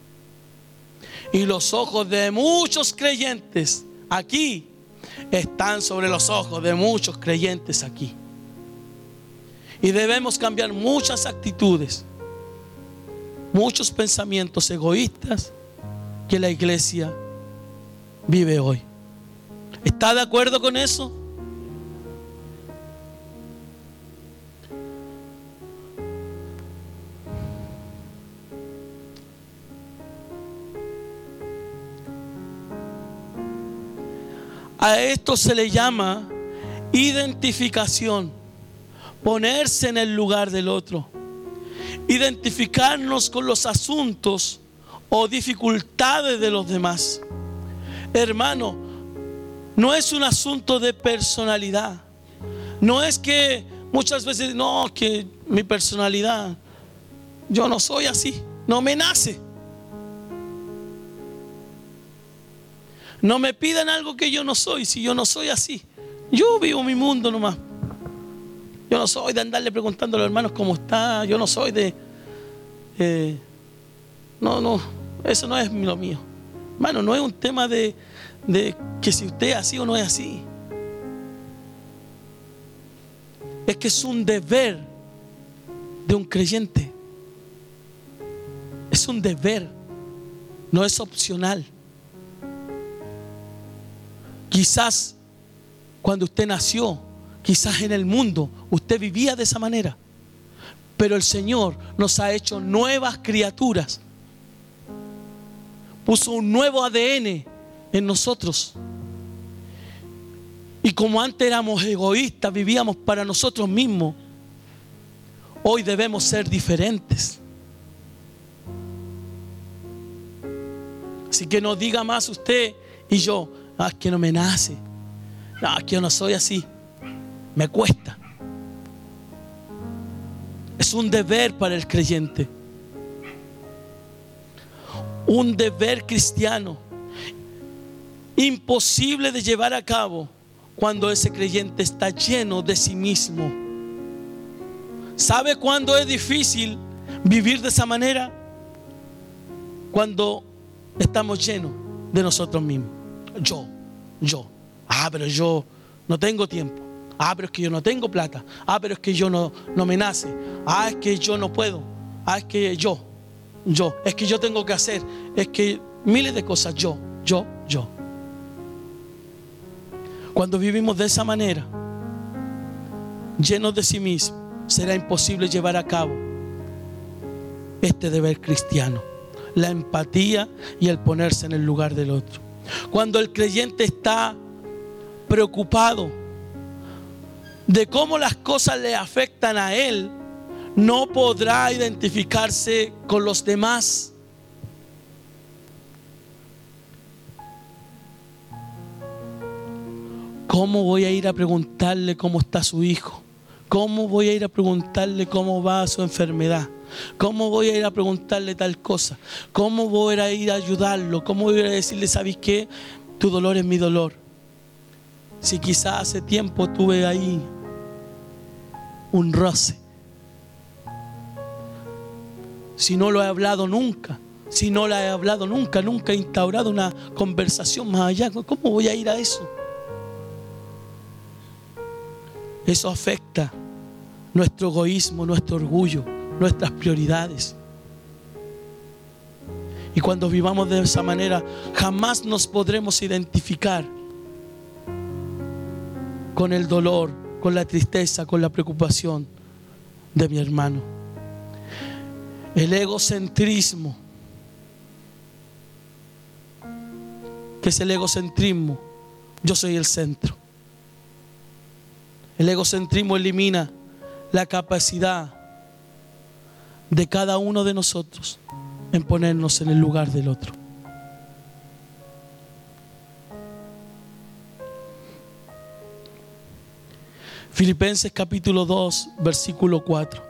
Y los ojos de muchos creyentes aquí están sobre los ojos de muchos creyentes aquí. Y debemos cambiar muchas actitudes, muchos pensamientos egoístas que la iglesia vive hoy. ¿Está de acuerdo con eso? A esto se le llama identificación, ponerse en el lugar del otro, identificarnos con los asuntos o dificultades de los demás. Hermano, no es un asunto de personalidad. No es que muchas veces, no, que mi personalidad, yo no soy así, no me nace. No me pidan algo que yo no soy, si yo no soy así. Yo vivo mi mundo nomás. Yo no soy de andarle preguntando a los hermanos cómo está. Yo no soy de... Eh, no, no, eso no es lo mío. Hermano, no es un tema de, de que si usted es así o no es así. Es que es un deber de un creyente. Es un deber, no es opcional. Quizás cuando usted nació, quizás en el mundo usted vivía de esa manera, pero el Señor nos ha hecho nuevas criaturas. Puso un nuevo A D N en nosotros. Y como antes éramos egoístas, vivíamos para nosotros mismos, hoy debemos ser diferentes. Así que no diga más usted y yo, ah, es que no me nace, no, es que yo no soy así, me cuesta. Es un deber para el creyente. un deber cristiano imposible de llevar a cabo cuando ese creyente está lleno de sí mismo. ¿Sabe cuándo es difícil vivir de esa manera? Cuando estamos llenos de nosotros mismos. Yo, yo. Ah, pero yo no tengo tiempo. Ah, pero es que yo no tengo plata. Ah, pero es que yo no, no me nace. Ah, es que yo no puedo. Ah, es que yo, yo. Es que yo tengo que hacer. Es que miles de cosas. Yo, yo, yo. Cuando vivimos de esa manera, llenos de sí mismos, será imposible llevar a cabo este deber cristiano, la empatía y el ponerse en el lugar del otro. Cuando el creyente está preocupado de cómo las cosas le afectan a él, no podrá identificarse con los demás. ¿Cómo voy a ir a preguntarle cómo está su hijo? ¿Cómo voy a ir a preguntarle cómo va su enfermedad? ¿Cómo voy a ir a preguntarle tal cosa? ¿Cómo voy a ir a ayudarlo? ¿Cómo voy a ir a decirle, ¿sabes qué? Tu dolor es mi dolor. Si quizás hace tiempo tuve ahí un roce. Si no lo he hablado nunca, si no la he hablado nunca, nunca he instaurado una conversación más allá, ¿cómo voy a ir a eso? Eso afecta nuestro egoísmo, nuestro orgullo, nuestras prioridades. Y cuando vivamos de esa manera, jamás nos podremos identificar con el dolor, con la tristeza, con la preocupación de mi hermano. El egocentrismo. ¿Qué es el egocentrismo? Yo soy el centro. El egocentrismo elimina la capacidad de cada uno de nosotros en ponernos en el lugar del otro. Filipenses capítulo dos, versículo cuatro.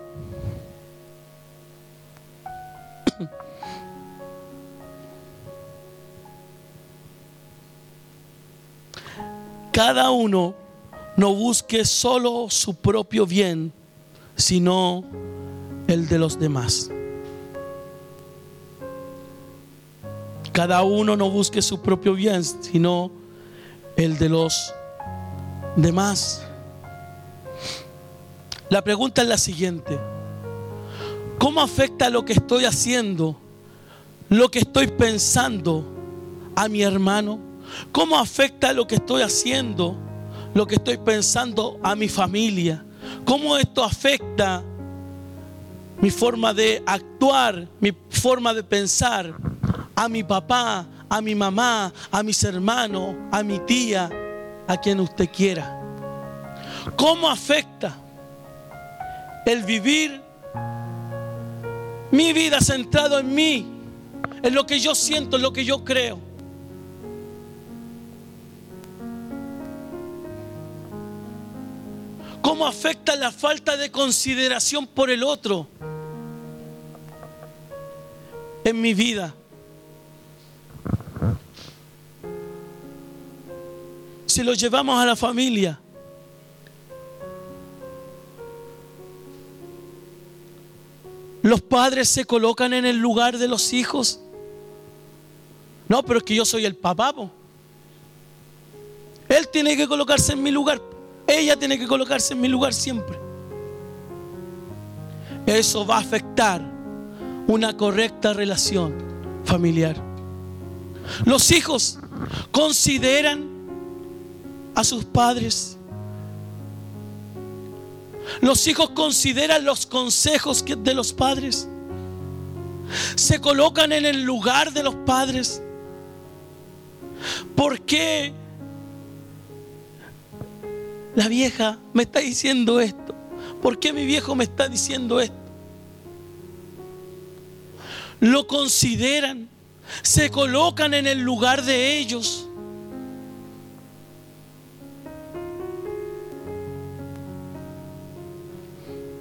Cada uno no busque solo su propio bien, sino el de los demás. Cada uno no busque su propio bien, sino el de los demás. La pregunta es la siguiente: ¿cómo afecta lo que estoy haciendo, lo que estoy pensando a mi hermano? ¿Cómo afecta lo que estoy haciendo, lo que estoy pensando a mi familia? ¿Cómo esto afecta mi forma de actuar, mi forma de pensar a mi papá, a mi mamá, a mis hermanos, a mi tía, a quien usted quiera? ¿Cómo afecta el vivir mi vida centrado en mí, en lo que yo siento, en lo que yo creo? ¿Cómo afecta la falta de consideración por el otro en mi vida? Si lo llevamos a la familia, los padres se colocan en el lugar de los hijos. No, pero es que yo soy el papá, po. Él tiene que colocarse en mi lugar. Ella tiene que colocarse en mi lugar siempre. Eso va a afectar una correcta relación familiar. Los hijos consideran a sus padres. Los hijos consideran los consejos de los padres. Se colocan en el lugar de los padres. ¿Por qué la vieja me está diciendo esto? ¿Por qué mi viejo me está diciendo esto? Lo consideran, se colocan en el lugar de ellos.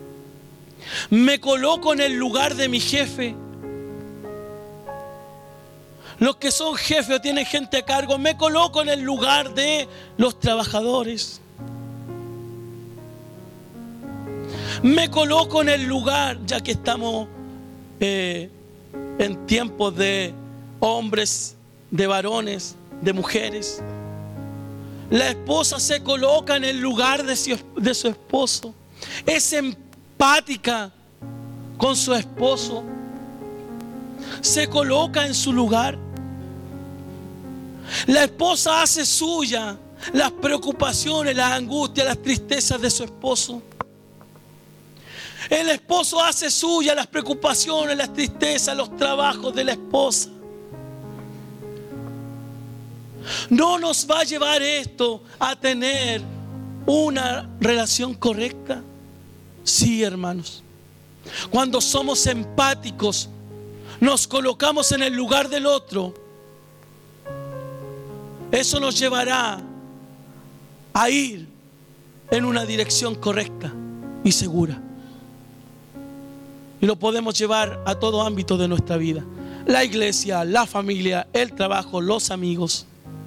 Me coloco en el lugar de mi jefe. los que son jefes o tienen gente a cargo, me coloco en el lugar de los trabajadores. Me coloco en el lugar, ya que estamos eh, en tiempos de hombres, de varones, de mujeres. La esposa se coloca en el lugar de su, de su esposo. Es empática con su esposo. Se coloca en su lugar. La esposa hace suya las preocupaciones, las angustias, las tristezas de su esposo. El esposo hace suya las preocupaciones, las tristezas, los trabajos de la esposa. ¿No nos va a llevar esto a tener una relación correcta? Sí, hermanos. Cuando somos empáticos, nos colocamos en el lugar del otro, eso nos llevará a ir en una dirección correcta y segura. Y lo podemos llevar a todo ámbito de nuestra vida. La iglesia, la familia, el trabajo, los amigos.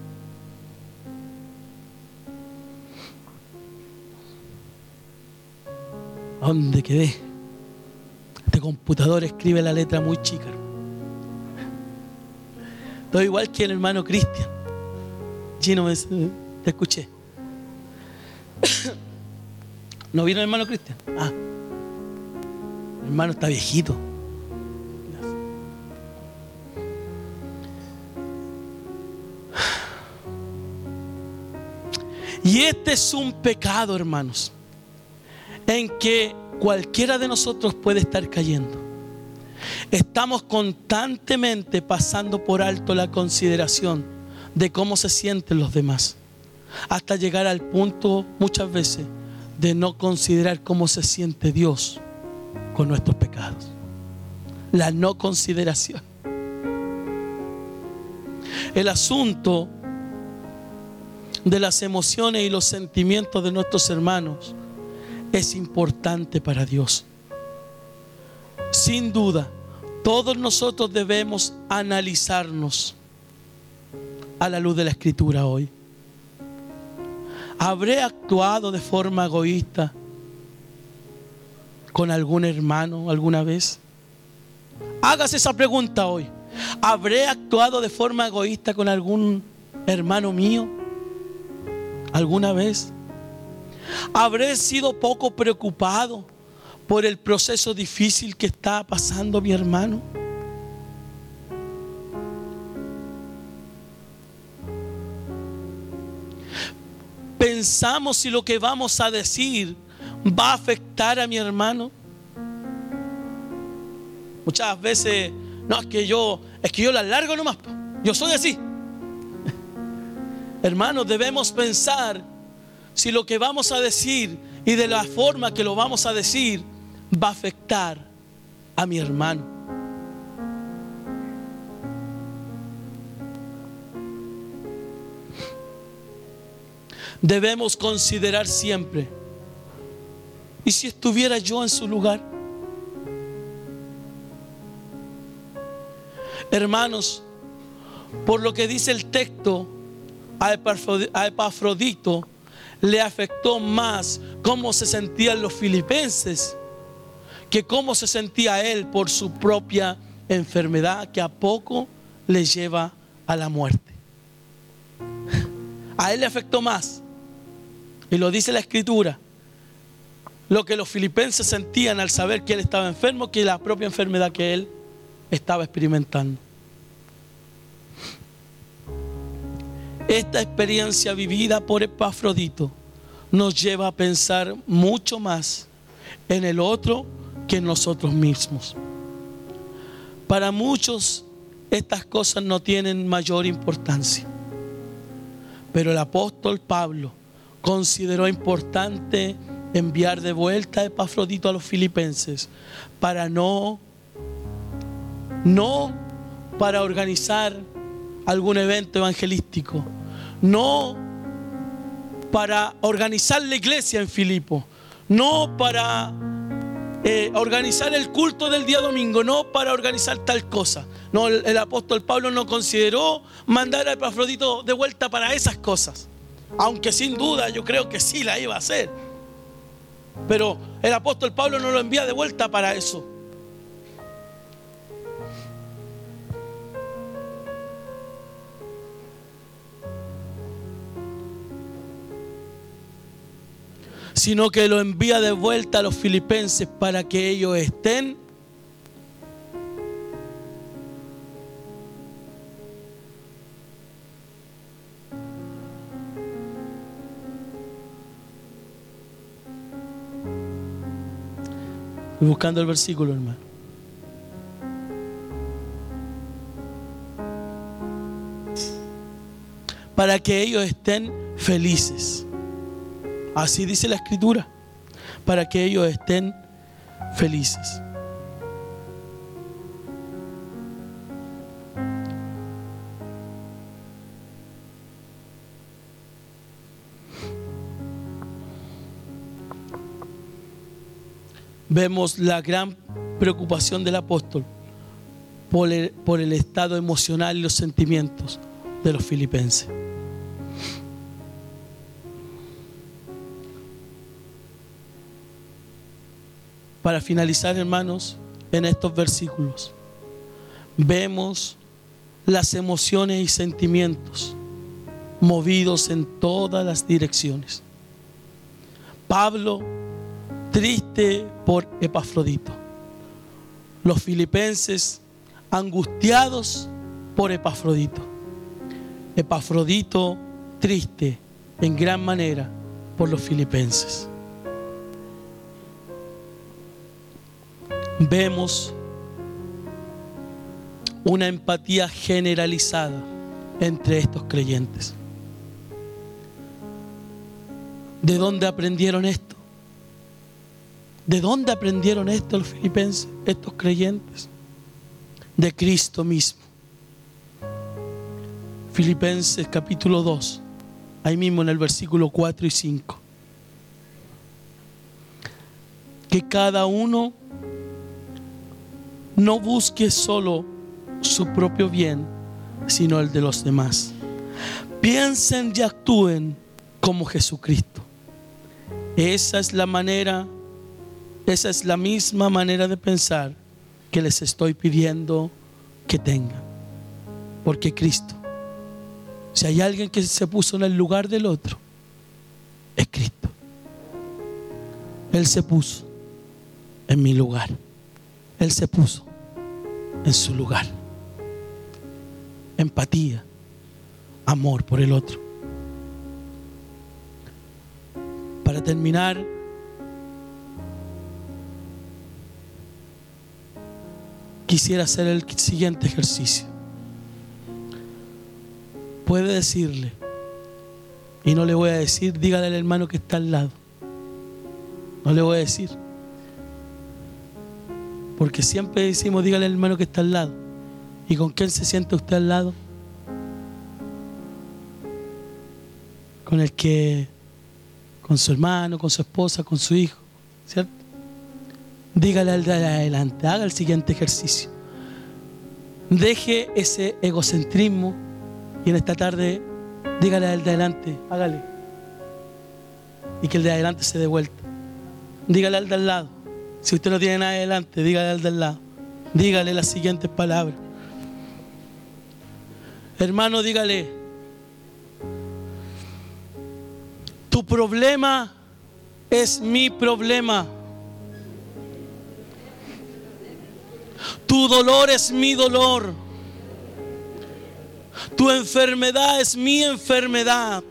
¿A dónde quedé? Este computador escribe la letra muy chica. Todo igual que el hermano Cristian. Gino, me, te escuché. ¿No vino el hermano Cristian? Ah, el hermano está viejito. Y este es un pecado, hermanos, en que cualquiera de nosotros puede estar cayendo. Estamos constantemente pasando por alto la consideración de cómo se sienten los demás, hasta llegar al punto muchas veces de no considerar cómo se siente Dios con nuestros pecados. La no consideración. El asunto de las emociones y los sentimientos de nuestros hermanos es importante para Dios. Sin duda, todos nosotros debemos analizarnos a la luz de la Escritura hoy. ¿Habré actuado de forma egoísta con algún hermano alguna vez? Hágase esa pregunta hoy. ¿Habré actuado de forma egoísta con algún hermano mío alguna vez? ¿Habré sido poco preocupado por el proceso difícil que está pasando mi hermano? ¿Pensamos si lo que vamos a decir va a afectar a mi hermano? Muchas veces, no, es que yo, es que yo la largo nomás, yo soy así. Hermanos, debemos pensar si lo que vamos a decir y de la forma que lo vamos a decir va a afectar a mi hermano. Debemos considerar siempre, ¿y si estuviera yo en su lugar? Hermanos, por lo que dice el texto, a Epafrodito le afectó más cómo se sentían los filipenses que cómo se sentía él por su propia enfermedad, que a poco le lleva a la muerte. A él le afectó más, y lo dice la Escritura, lo que los filipenses sentían al saber que él estaba enfermo, que la propia enfermedad que él estaba experimentando. Esta experiencia vivida por Epafrodito nos lleva a pensar mucho más en el otro que en nosotros mismos. Para muchos estas cosas no tienen mayor importancia, pero el apóstol Pablo consideró importante enviar de vuelta a Epafrodito a los filipenses para no, no para organizar algún evento evangelístico, no para organizar la iglesia en Filipo, no para eh, organizar el culto del día domingo, no para organizar tal cosa. No, el, el apóstol Pablo no consideró mandar a Epafrodito de vuelta para esas cosas, aunque sin duda yo creo que sí la iba a hacer. Pero el apóstol Pablo no lo envía de vuelta para eso. Sino que lo envía de vuelta a los filipenses para que ellos estén Estoy buscando el versículo, hermano. Para que ellos estén felices. Así dice la Escritura. Para que ellos estén felices. Vemos la gran preocupación del apóstol por el, por el estado emocional y los sentimientos de los filipenses. Para finalizar, hermanos, en estos versículos vemos las emociones y sentimientos movidos en todas las direcciones. Pablo, triste por Epafrodito. Los filipenses, angustiados por Epafrodito. Epafrodito, triste en gran manera por los filipenses. Vemos una empatía generalizada entre estos creyentes. ¿De dónde aprendieron esto? ¿De dónde aprendieron esto los filipenses, estos creyentes? De Cristo mismo. Filipenses capítulo dos, ahí mismo en el versículo cuatro y cinco. Que cada uno no busque solo su propio bien, sino el de los demás. Piensen y actúen como Jesucristo. Esa es la manera, esa es la misma manera de pensar que les estoy pidiendo que tengan. Porque Cristo, si hay alguien que se puso en el lugar del otro, es Cristo. Él se puso en mi lugar. Él se puso en su lugar. Empatía, amor por el otro. Para terminar, quisiera hacer el siguiente ejercicio. Puede decirle, y no le voy a decir, dígale al hermano que está al lado. No le voy a decir, porque siempre decimos, dígale al hermano que está al lado. ¿Y con quién se siente usted al lado? Con el que, con su hermano, con su esposa, con su hijo, ¿cierto? Dígale al de adelante, haga el siguiente ejercicio. Deje ese egocentrismo y en esta tarde dígale al de adelante, hágale. Y que el de adelante se dé vuelta. Dígale al de al lado. Si usted no tiene nada adelante, dígale al de al lado. Dígale las siguientes palabras. Hermano, dígale: tu problema es mi problema. Tu dolor es mi dolor. Tu enfermedad es mi enfermedad.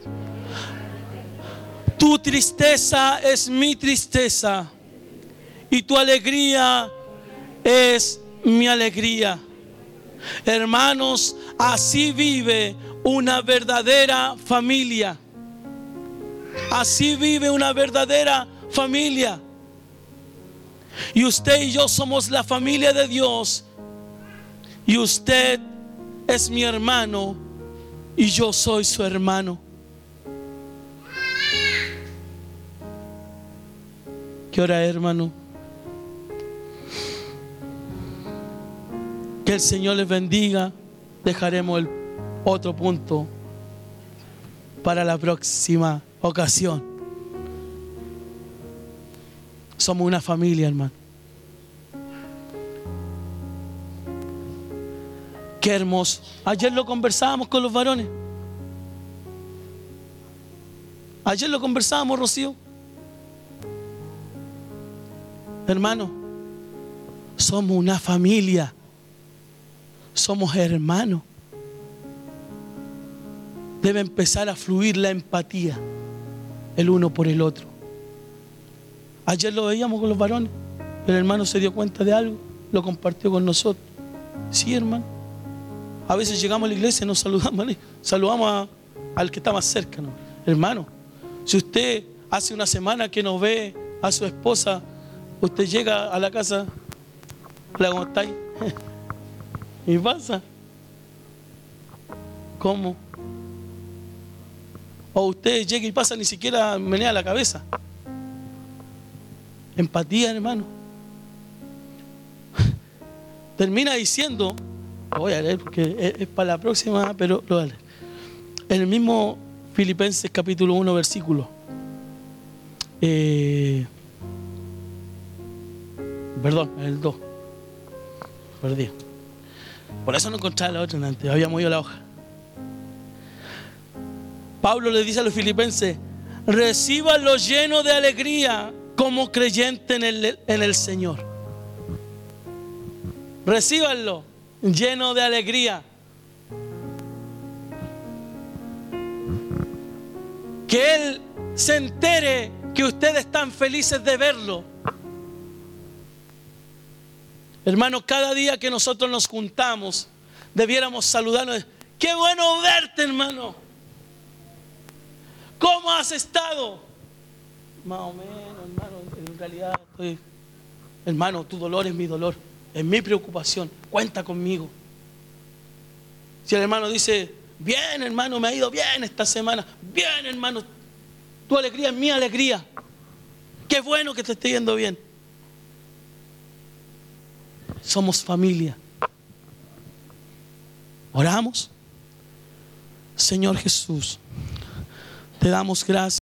Tu tristeza es mi tristeza. Y tu alegría es mi alegría. Hermanos, así vive una verdadera familia. Así vive una verdadera familia. Y usted y yo somos la familia de Dios. Y usted es mi hermano y yo soy su hermano. ¿Qué hora es, hermano? Que el Señor les bendiga. Dejaremos el otro punto para la próxima ocasión. Somos una familia, hermano. Qué hermoso. Ayer lo conversábamos con los varones. Ayer lo conversábamos, Rocío. Hermano, somos una familia. Somos hermanos. Debe empezar a fluir la empatía el uno por el otro. Ayer lo veíamos con los varones. El hermano se dio cuenta de algo, lo compartió con nosotros. Sí, hermano. A veces llegamos a la iglesia y nos saludamos, ¿no? Saludamos a, al que está más cerca, ¿no? Hermano, si usted hace una semana que no ve a su esposa, usted llega a la casa, hola, ¿cómo estáis? ¿Y pasa? ¿Cómo? O usted llega y pasa, ni siquiera menea la cabeza. Empatía, hermano. Termina diciendo, lo voy a leer porque es, es para la próxima, pero lo voy a leer. En el mismo Filipenses capítulo uno, versículo. Eh, perdón, el dos. Perdí. Por eso no encontraba la otra antes, había movido la hoja. Pablo le dice a los filipenses: recíbanlo lleno de alegría como creyente en el, en el Señor. Recíbanlo lleno de alegría. Que Él se entere que ustedes están felices de verlo. Hermano, cada día que nosotros nos juntamos, debiéramos saludarnos. ¡Qué bueno verte, hermano! ¿Cómo has estado? Más o menos, hermano, en realidad estoy... Hermano, tu dolor es mi dolor, es mi preocupación, cuenta conmigo. Si el hermano dice, bien, hermano, me ha ido bien esta semana, bien, hermano, tu alegría es mi alegría. Qué bueno que te esté yendo bien. Somos familia. Oramos. Señor Jesús, te damos gracias.